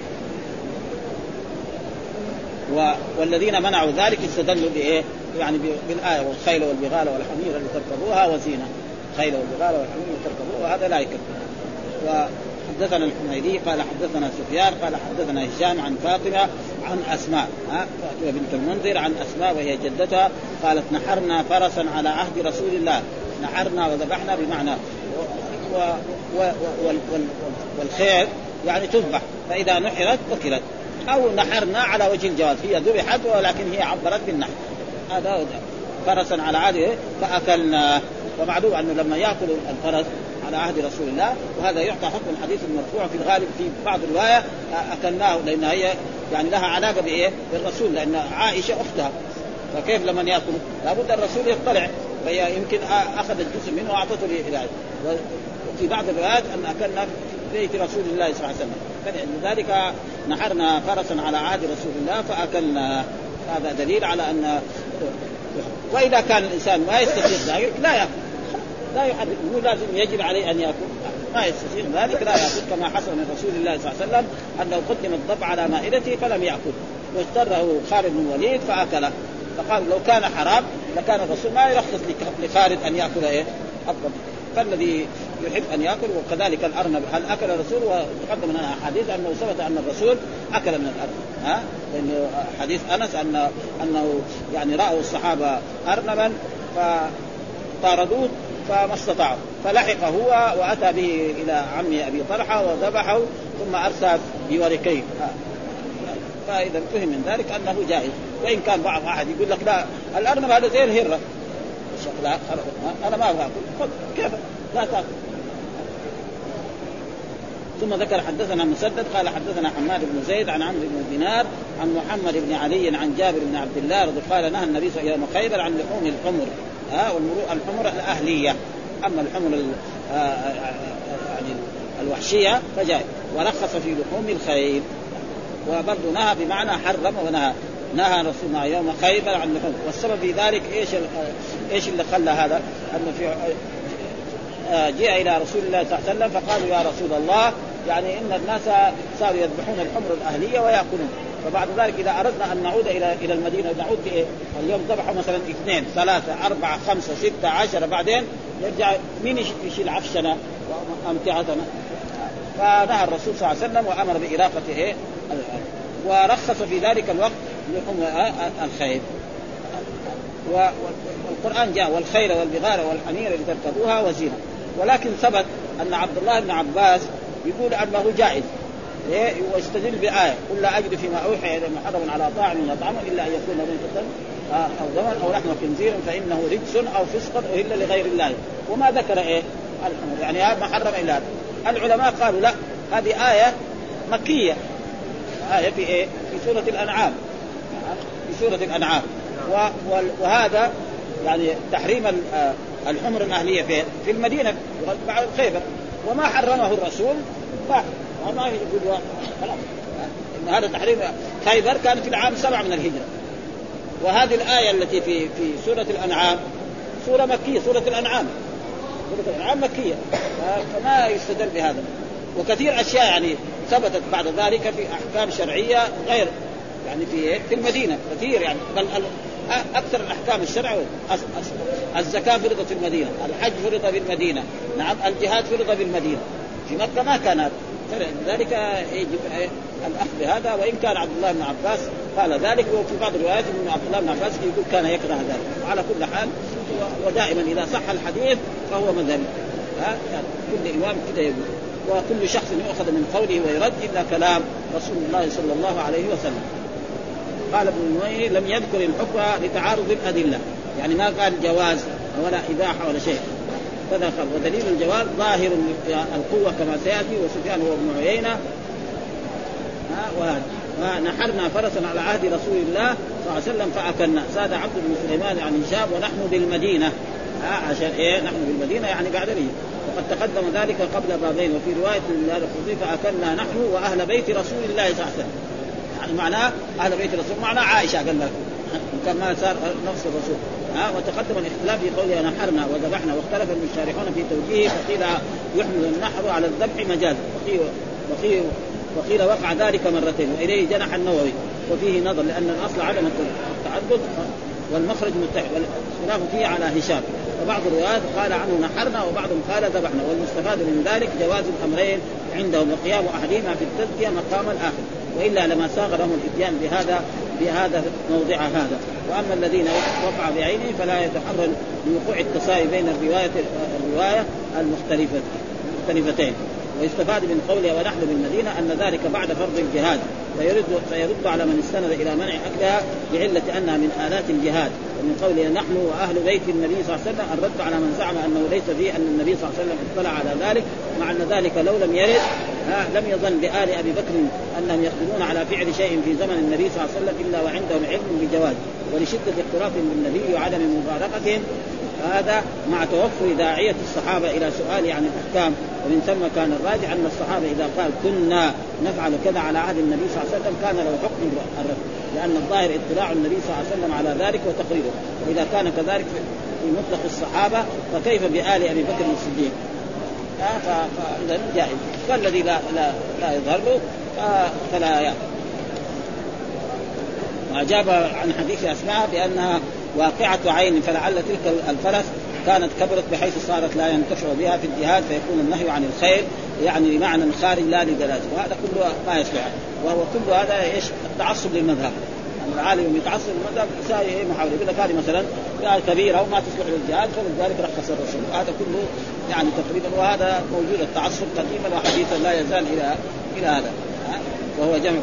Speaker 2: والذين منعوا ذلك استدلوا بإيه يعني بالآية والخيل والبغال والحمير اللي تركبوها وزينة، خيل والبغال والحمير اللي تركبوها وهذا لا يكفي. وحدثنا الحميدي قال حدثنا سفيان قال حدثنا هشام عن فاطمة عن أسماء ها فاطمة بنت المنذر عن أسماء وهي جدتها قالت نحرنا فرسا على عهد رسول الله، نحرنا وذبحنا بمعنى و و و والخيل يعني تذبح، فإذا نحرت أكلت، أو نحرنا على وجه الجواز، هي ذبحت ولكن هي عبرت بالنحر، هذا فرسا على عهده فأكلنا. ومعلوم أنه لما يأكل الفرس على عهد رسول الله، وهذا يعطى حكم الحديث المرفوع في الغالب في بعض الرواية أكلناه، لأن هي يعني لها علاقة بإيه بالرسول، لأن عائشة أختها، فكيف لمن يأكل لابد الرسول يطلع، فهي يمكن أخذ الجزء منه وأعطته لإله. وفي بعض الروايات أن أكلنا في بيت رسول الله صلى الله عليه وسلم، فلذلك نحرنا فرسا على عهد رسول الله فأكلنا. هذا دليل على أن، وإذا كان الإنسان ما يستطيع ذلك لا يأكل، لا يحرك، مو لازم يجب عليه أن يأكل. ما يستطيع ذلك لا يأكل، كما حصل من رسول الله صلى الله عليه وسلم أنه قدم الضب على مائدته فلم يأكل، واجتره خالد بن الوليد فأكله. فقال لو كان حرام لكان الرسول ما يرخص لخالد أن يأكل إيه الضب، فالذي يحب أن يأكل. وكذلك الأرنب، هل أكل الرسول؟ وتقدم لنا حديث أنه ثبت أن الرسول أكل من الأرنب، ها، لأنه حديث أنس أن أنه يعني رأوا الصحابة أرنبا فطاردوه فما استطاعوا، فلحق هو وأتى به إلى عمي أبي طلحة وذبحه ثم أرسل بوركين. فإذا فهم من ذلك أنه جائز. وإن كان بعض أحد يقول لك لا الأرنب هذا زي الهرة، لا أنا ما أبغى أكل، كيف لا تأكل. ثم ذكر حدثنا مسدد قال حدثنا حماد بن زيد عن عمرو بن دينار عن محمد بن علي عن جابر بن عبد الله رضي الله عنه نهى النبي صلى الله عليه وسلم خيبر عن لحوم الحمر، ها، والمروء الحمر الأهلية، أما الحمر يعني الوحشية فجاء، ورخص في لحوم الخيل. وبرضه نهى بمعنى حرم ونهى، نهى رسولنا يوم خيبر عن لحوم. والسبب في ذلك ايش ايش اللي خلى هذا؟ أن في جاء إلى رسول الله صلى الله عليه وسلم فقالوا يا رسول الله يعني إن الناس صاروا يذبحون الحمر الأهلية ويأكلون، فبعد ذلك إذا أردنا أن نعود إلى إلى المدينة نعود بإيه؟ اليوم ذبحوا مثلا اثنين ثلاثة أربعة خمسة ستة عشرة، بعدين يرجع مين يشيل عفشنا وأمتعتنا؟ فنهى الرسول صلى الله عليه وسلم وأمر بإراقة إيه؟ ورخص في ذلك الوقت لحوم الخيل. والقرآن جاء والخيل والبغال والحمير لتركبوها وزينة، ولكن ثبت أن عبد الله بن عباس يقول أنه جائز، إيه؟ ويستدل بآية قل لا أجد فيما أوحي إلى محرم على طاعم يطعمه إلا أن يكون ميتة أو دما أو لحم خنزير فإنه رجس أو فسق أهل لغير الله، وما ذكر إيه الحمر، يعني هذا محرم إلا هذا. العلماء قالوا لا، هذه آية مكية، آية في إيه؟ في سورة الأنعام، في سورة الأنعام. وهذا يعني تحريم الحمر الأهلية في في المدينة بعد خيبر، وما حرمه الرسول ما يقول خلاص إن هذا تحريم. خيبر كان في العام سبع من الهجرة، وهذه الآية التي في في سورة الأنعام سورة مكية، سورة الأنعام سورة الأنعام مكية، فما يستدل بهذا. وكثير أشياء يعني ثبتت بعد ذلك في أحكام شرعية غير يعني في في المدينة كثير، يعني بل أكثر الأحكام الشرع. الزكاة فرضت في المدينة، الحج فرض في المدينة، نعم الجهاد فرض في المدينة، في مكة ما كانت، لذلك يجب الأخذ بهذا. وإن كان عبد الله بن عباس قال ذلك، وفي بعض الروايات أن عبد الله بن عباس يقول كان يكره ذلك. وعلى كل حال ودائما إذا صح الحديث فهو مذهب، ها يعني كل إمام كده يقول، وكل شخص يؤخذ من قوله ويرد إلا كلام رسول الله صلى الله عليه وسلم. قال ابن نوير لم يذكر الحكم لتعارض الأدلة، يعني ما قال جواز ولا إباحة ولا شيء، فذكر ودليل الجواز ظاهر القوة كما سيأتي. وسفيان هو ابن عيينة ونحرنا فرسا على عهد رسول الله صلى الله عليه وسلم فأكلنا، ساد عبد بن سليمان عن هشام ونحن بالمدينة، عشان إيه نحن بالمدينة يعني بعد رجل، وقد تقدم ذلك قبل بابين. وفي رواية الخطيب فأكلنا نحن وأهل بيت رسول الله صلى الله عليه وسلم، يعني معناه أهل بيت الرسول معناه عائشة قال لك كما صار نفس الرسول. ها وتقدم الاختلاف في قوله نحرنا وذبحنا، واختلف المشارحون في توجيهه، فقيل يحمل النحر على الذبح مجاز، وقيل وقيل وقيل وقع ذلك مرتين، وإليه جنح النووي وفيه نظر، لأن الأصل عدم التعدد والمخرج متحد، والخلاف فيه على هشام. وبعض الروايات قال عنه نحرنا وبعضهم قال ذبحنا، والمستفاد من ذلك جواز الأمرين عندهم، وقيام أحدهما في التزكية مقام الآخر، وإلا لما ساغ لهم الإتيان بهذا بهذا موضع هذا. وأما الذين وقع بعينه فلا يتحرر لوقوع التساوي بين الرواية الرواية المختلفة المختلفتين. ويستفاد من قوله ونحن بالمدينة أن ذلك بعد فرض الجهاد، فيرد, فيرد على من استند إلى منع أكلها بعلة أنها من آلات الجهاد. ومن قوله نحن وأهل بيت النبي صلى الله عليه وسلم الرد على من زعم أنه ليس فيه أن النبي صلى الله عليه وسلم اطلع على ذلك، مع أن ذلك لو لم يرد لم يظن بآل أبي بكر أنهم يقدرون على فعل شيء في زمن النبي صلى الله عليه وسلم إلا وعندهم علم بجواز، ولشدة اختلافهم بالنبي وعدم مفارقتهم هذا مع توفر داعية الصحابة إلى سؤال عن الأحكام. ومن ثم كان الراجع أن الصحابة إذا قال كنا نفعل كذا على عهد النبي صلى الله عليه وسلم كان له حكم الرد، لأن الظاهر اطلاع النبي صلى الله عليه وسلم على ذلك وتقريره. وإذا كان كذلك في مطلق الصحابة فكيف بآل أبي بكر الصديق؟ فإذا جائز. والذي لا لا لا يظهر له فلا يأكل. وأجاب عن حديث أسماء بأنها واقعة عين، فلعل تلك الفرس كانت كبرت بحيث صارت لا ينتفع بها في الجهاد، فيكون النهي عن الخيل يعني بمعنى خارج لا لدلاله، وهذا كله ما يصلح. وهو كل هذا ايش؟ التعصب للمذهب. العالم يتعصب للمذهب يساوي محاولة، يقول لك هذه مثلا كبيرة وما تصلح للجهاد فلذلك رخص الرسول. هذا كله يعني تقريبا، وهذا موجود التعصب قديما وحديثا لا يزال إلى إلى هذا، وهو جمع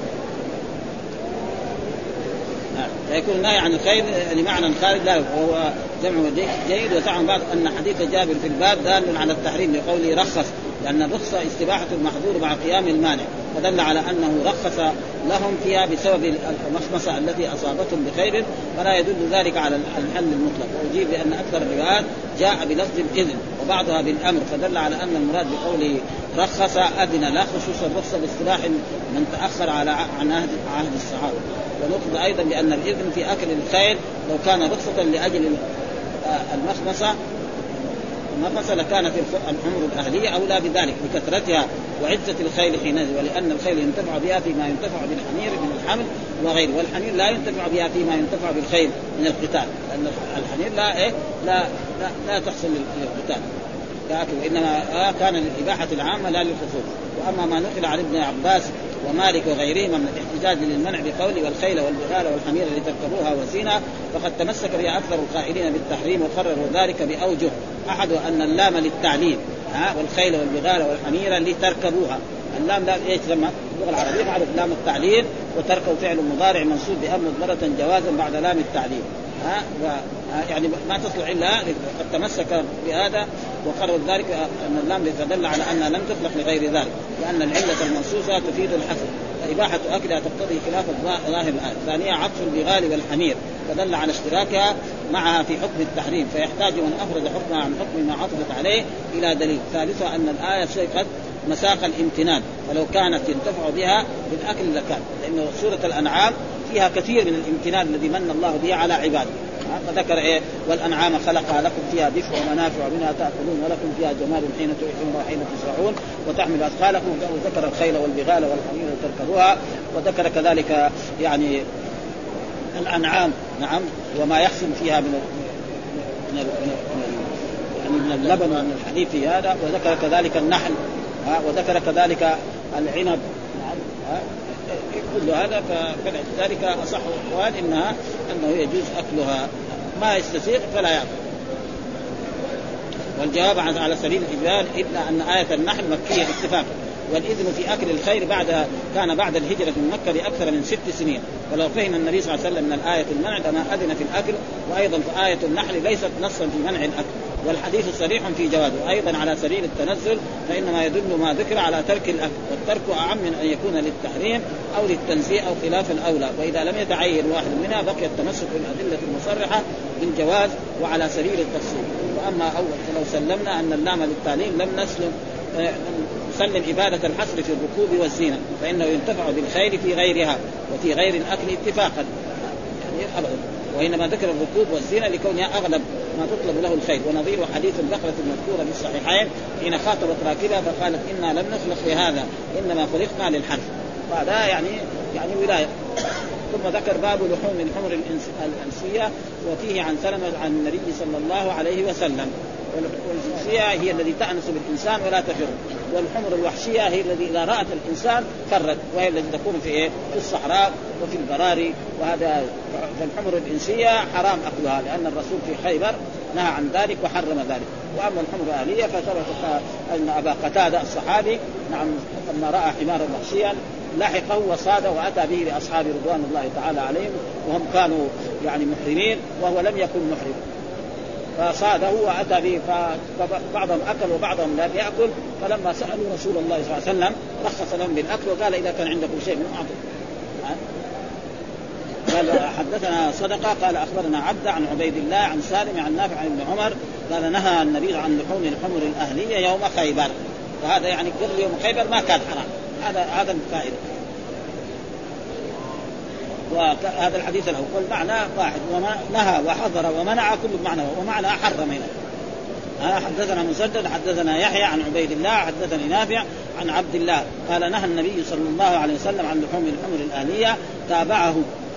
Speaker 2: فيكون النهي عن الخيل لمعنى خارج لا، وهو جمع جيد. وزعم بعض أن حديث جابر في الباب دال على التحريم لقوله رخص، لأن الرخصة استباحة المحظور مع قيام المانع، فدل على أنه رخص لهم فيها بسبب المخمصة التي أصابتهم بخير، فلا يدل ذلك على الحل المطلق. ويجيب بأن أكثر الروايات جاء بلفظ الإذن وبعضها بالأمر، فدل على أن المراد بقوله رخص أذن، لا خصوص الرخصة باصطلاح من تأخر على عن عهد الصحابة. ونقض أيضا بأن الإذن في أكل الخيل لو كان رخصة لأجل المخمصة المخمصة لكانت الحمر الأهلية أولى بذلك لكثرتها وعزة الخيل حينئذ، ولأن الخيل ينتفع بها فيما ينتفع بالحمير من الحمل وغيره، والحمير لا ينتفع بها فيما ينتفع بالخيل من القتال، لأن الحمير لا إيه لا لا, لا تحصل للقتال، وإنما كان للإباحة العامة لا للخصوص. وأما ما نقل عن ابن عباس ومالك وغيرهما من الاحتجاج للمنع بقول والخيل والبغال والحمير لتركبوها وزينة، فقد تمسك بها أكثر القائلين بالتحريم وقرروا ذلك بأوجه. أحد أن اللام للتعليل، ها والخيل والبغال والحمير لتركبوها، اللام لا ايش لما اللغة العربية معروف لام التعليل، وتركوا فعل مضارع منصوب بأم مضمرة جوازا بعد لام التعليل، ها يعني ما تصلح إلا قد تمسك بهذا وقرر ذلك أن اللام تدل على أنها لم تخلق لغير ذلك، لأن العلة المنصوصة تفيد الحصر، فإباحة أكلها تقتضي خلاف ظاهر الآية. ثانيا عطف البغال والحمير فدل على اشتراكها معها في حكم التحريم، فيحتاج من أفرد حكمها عن حكم ما عطفت عليه إلى دليل. ثالثا أن الآية سيقت مساق الامتنان، فلو كانت ينتفع بها بالأكل لكان، لأن سورة الأنعام فيها كثير من الامتنان الذي من الله به على عباده. فذكر إيه والأنعام خلقها لكم فيها دفء ومنافع ومنها تأكلون ولكم فيها جمال حين تريحون وحين تسرعون وتحمل أثقالكم، وذكر الخيل والبغال والحمير تركبوها، وذكر كذلك يعني الأنعام نعم وما يحصل فيها من من يعني من اللبن ومن الحليب في هذا، وذكر كذلك النحل ها، وذكر كذلك العنب نعم ها، كل هذا. فلذلك أصح الأقوال إنها أنه يجوز أكلها، ما يستسيغ فلا يأكل. والجواب على سبيل الإجمال إلا أن آية النحل مكية اتفاقا، والإذن في أكل الخير بعد كان بعد الهجرة من مكة بأكثر من ست سنين، ولو فهم النبي صلى الله عليه وسلم من الآية المنع لما أذن في الأكل. وأيضا فآية النحل ليست نصا في منع الأكل، والحديث صريح في جوازه. أيضا على سبيل التنزل فإنما يدل ما ذكر على ترك الأكل، والترك أعم من أن يكون للتحريم أو للتنزيه أو خلاف الأولى، وإذا لم يتعين واحد منها بقي التمسك بالأدلة المصرحة بالجواز وعلى سبيل التفصيل. وأما أول فلو سلمنا أن اللام للتعليم لم نسلم نسلم عبادة الحصر في الركوب والزينة، فإنه ينتفع بالخير في غيرها وفي غير الأكل اتفاقا يعني أبدا، وإنما ذكر الركوب والزينة لكونها أغلب ما تطلب له الخير. ونظير حديث البقرة المذكورة في الصحيحين حين خاطبت راكبها فقالت إنا لم نخلق لهذا إنما خلقنا للحرث، فهذا يعني يعني ولاية. ثم ذكر باب لحوم الحمر الأنسية، وفيه عن سلمة عن النبي صلى الله عليه وسلم. والجنسية هي التي تأنس بالإنسان ولا تفر، والحمر الوحشية هي التي إذا رأت الإنسان فرت، وهي التي تكون في إيه؟ في الصحراء وفي البراري. وهذا فالحمر الإنسية حرام أكلها، لأن الرسول في خيبر نهى عن ذلك وحرم ذلك. وأما الحمر الأهلية فثبت أن أبا قتادة الصحابي نعم لما رأى حمارا وحشيا لحقه وصاد وأتى به لأصحاب رضوان الله تعالى عليهم وهم كانوا يعني محرمين وهو لم يكن محرم، فصاده وأتى به، فبعضهم أكل وبعضهم لم يأكل. فلما سألوا رسول الله صلى الله عليه وسلم رخص لهم بالأكل وقال إذا كان عندكم شيء من أعطوا. قال حدثنا صدقة قال أخبرنا عبد عن عبيد الله عن سالم عن نافع عن ابن عمر قال نهى النبي عن لحوم الحمر الأهلية يوم خيبر، وهذا يعني قبل يوم خيبر ما كان حرام. هذا هذا الفائدة. وهذا الحديث الأول معنى واحد، وما نهى وحضر ومنع كل معنى، ومعنى حرم هنا حدثنا مسدد حدثنا يحيى عن عبيد الله حدثني نافع عن عبد الله قال نهى النبي صلى الله عليه وسلم عن لحوم الحمر الأهلية. تابعه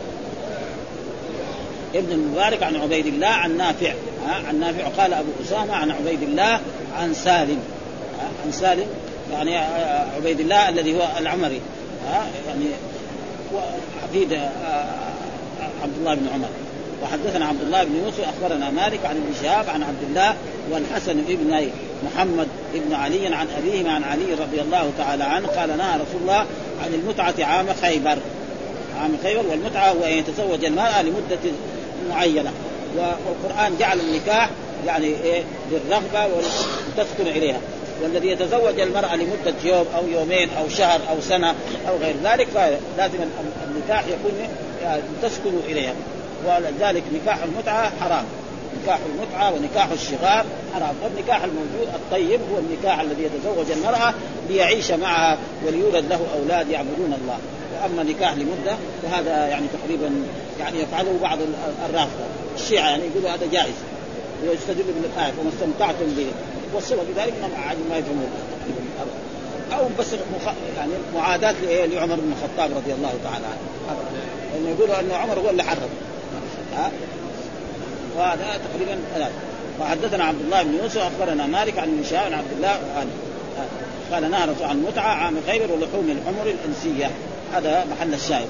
Speaker 2: ابن المبارك عن عبيد الله عن نافع عن نافع قال أبو أسامة عن عبيد الله عن سالم عن سالم يعني عبيد الله الذي هو العمري يعني حفيد عبد الله بن عمر. وحدثنا عبد الله بن يوسف أخبرنا مالك عن ابن شهاب عن عبد الله والحسن ابن محمد ابن علي عن أبيه عن علي رضي الله تعالى عنه قال نهى رسول الله عن المتعة عام خيبر. عام خيبر والمتعة هو أن يتزوج المرأة لمدة معينة، والقرآن جعل النكاح يعني إيه للرغبة وتسكن إليها، والذي يتزوج المرأة لمدة يوم أو يومين أو شهر أو سنة أو غير ذلك فلازم النكاح يكون يعني تسكن إليها. ولذلك نكاح المتعة حرام، نكاح المتعة ونكاح الشغار حرام. والنكاح الموجود الطيب هو النكاح الذي يتزوج المرأة ليعيش معها وليولد له أولاد يعبدون الله. وأما نكاح لمدة فهذا يعني تقريبا يعني يفعله بعض الرافضة الشيعة يعني يقولوا هذا جائز ويستدل بالآية وما استمتعتم به، والسبب ذلك أنهم ما يفهمون أو بس مخ... يعني معاداة لعمر بن الخطاب رضي الله تعالى عنه، لأنه يقولوا أن عمر هو اللي حرم ها؟ وهذا تقريبا ثلاث. وحدثنا عبد الله بن يوسف أخبرنا مالك عن نشاء عن عبد الله قال قال نهى رسول عن المتعة عام خيبر ولحوم الحمر الإنسية. هذا محل الشاهد.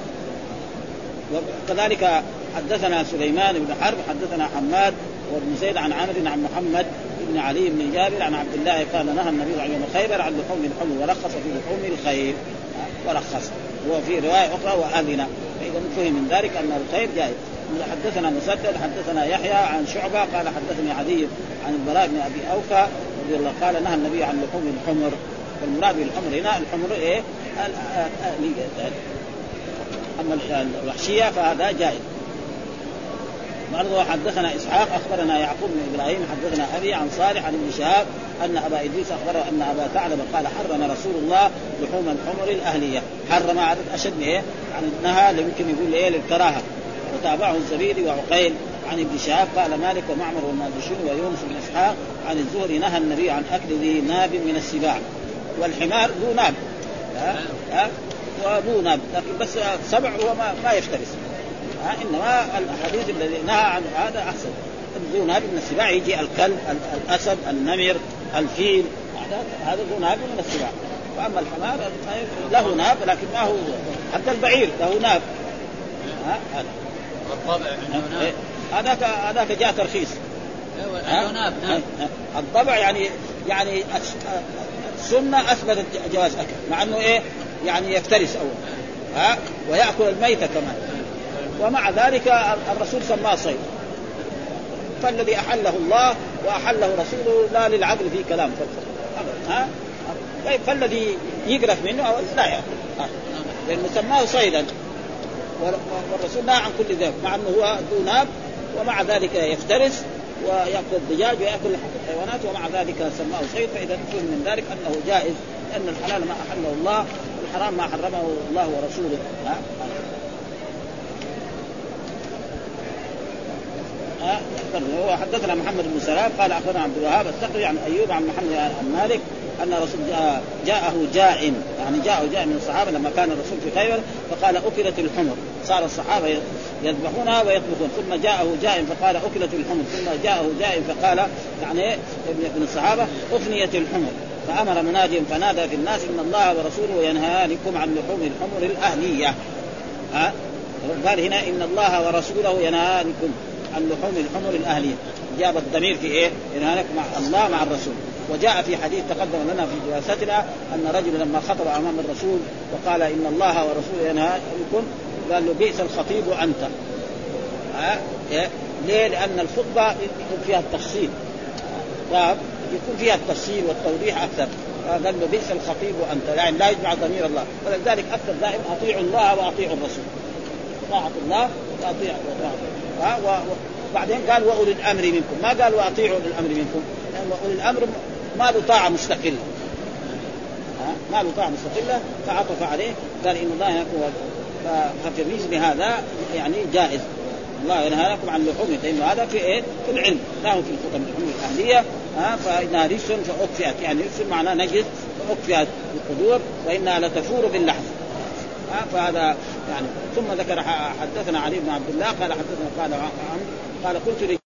Speaker 2: وكذلك حدثنا سليمان بن حرب حدثنا حماد وابن زيد عن عامر عن محمد بن علي بن جابر عن عبد الله قال نهى النبي عليه خيبر عن لحوم الحمر ورخص في لحوم الخيل ورخص. وفي رواية أخرى وأذن، فإذا فهم من ذلك أن الخير جائز. حدثنا مسدد حدثنا يحيى عن شعبة قال حدثني عدي عن البراء بن أبي أوفى رضي الله قال نهى النبي عن لحوم الحمر. والمراد بالحمر هنا الحمر إيه الأهلية، أما الوحشية فهذا جائز. برضو حدثنا إسحاق أخبرنا يعقوب بن إبراهيم حدثنا أبي عن صالح عن ابن شهاب أن أبا إدريس أخبره أن أبا ثعلبة قال حرم رسول الله لحوم الحمر الأهلية. حرم عدد أشد إيه يعني نهى يمكن يقول إيه للكراهة. وتابعه الزبيدي وعقيل عن ابن شهاب قال مالك ومعمر والماجشون ويونس بن إسحاق عن الزهري نهى النبي عن أكل ذي ناب من السباع. والحمار ذو ناب ها ها وذو ناب لكن بس سبع هو ما, ما يفترس ها. إنما الحديث الذي نهى عن هذا أحسن. ذو ناب من السباع يجي الكلب الأسد النمر الفيل هذا هذا ذو ناب من السباع. وأما الحمار له ناب لكن ما هو حتى البعير له ناب ها هذا. هذاك هذاك جاء ترخيص الطبع يعني يعني السنة أثبتت جواز أكل مع أنه إيه يعني يفترس أول ها ويأكل الميتة كمان، ومع ذلك الرسول سماه صيد. فالذي أحله الله وأحله رسوله لا للعقل في كلام ها. فالذي يقرف منه أو لا يأكل لأنه سماه صيدا، والرسول نهى عن كل ذلك مع أنه هو ذو ناب ومع ذلك يفترس ويأكل الدجاج ويأكل الحيوانات ومع ذلك سماه صيد. فإذا نفهم من ذلك أنه جائز لأن الحلال ما أحله الله والحرام ما حرمه الله ورسوله ها. ها حدثنا محمد بن سلام قال أخبرنا عبد الوهاب الثقفي عن أيوب عن محمد عن مالك أن رسول جاءه جاء يعني جاءه جاء من الصحابة لما كان الرسول في خيبر فقال أكلت الحمر. صار الصحابة يذبحونها ويطبخون. ثم جاءه جاء فقال أكلت الحمر. ثم جاءه جاء فقال يعني ابن الصحابة أفنيت الحمر. فأمر منادي فنادى في الناس إن الله ورسوله ينهانكم عن لحوم الحمر الأهلية. ها قال هنا إن الله ورسوله ينهانكم عن لحوم الحمر الأهلية. جاب الضمير في إيه ينهانك مع الله مع الرسول. وجاء في حديث تقدم لنا في دراستنا أن رجل لما خطب أمام الرسول وقال إن الله ورسوله ينهانكم قال له بئس الخطيب أنت. ها ليه؟ لأن الخطبة يكون فيها التفصيل يكون فيها التفصيل والتوضيح أكثر. قال له بئس الخطيب أنت يعني لا يجمع ضمير الله. ولذلك أكثر دائما أطيعوا الله وأطيعوا الرسول. طاعة الله وأطيعوا الله. وبعدين قال وأولي الأمر منكم ما قال وأطيعوا الأمر منكم لأن أولي الأمر ما له طاعة مستقلة ما له طاعة مستقلة فعطف عليه قال إن الله يكون. ففي مثل هذا يعني جائز الله ينهاكم عن لحوم، لأن هذا في إيه في العلم، لا في الخطب اللحوم الأهلية ها، فإنها رجس فأكفئت، يعني رجس معناه نجس فأكفئت القدور، وإنها لتفور باللحم. فهذا يعني. ثم ذكر حدثنا علي بن عبد الله قال حدثنا قال عمرو قال قلت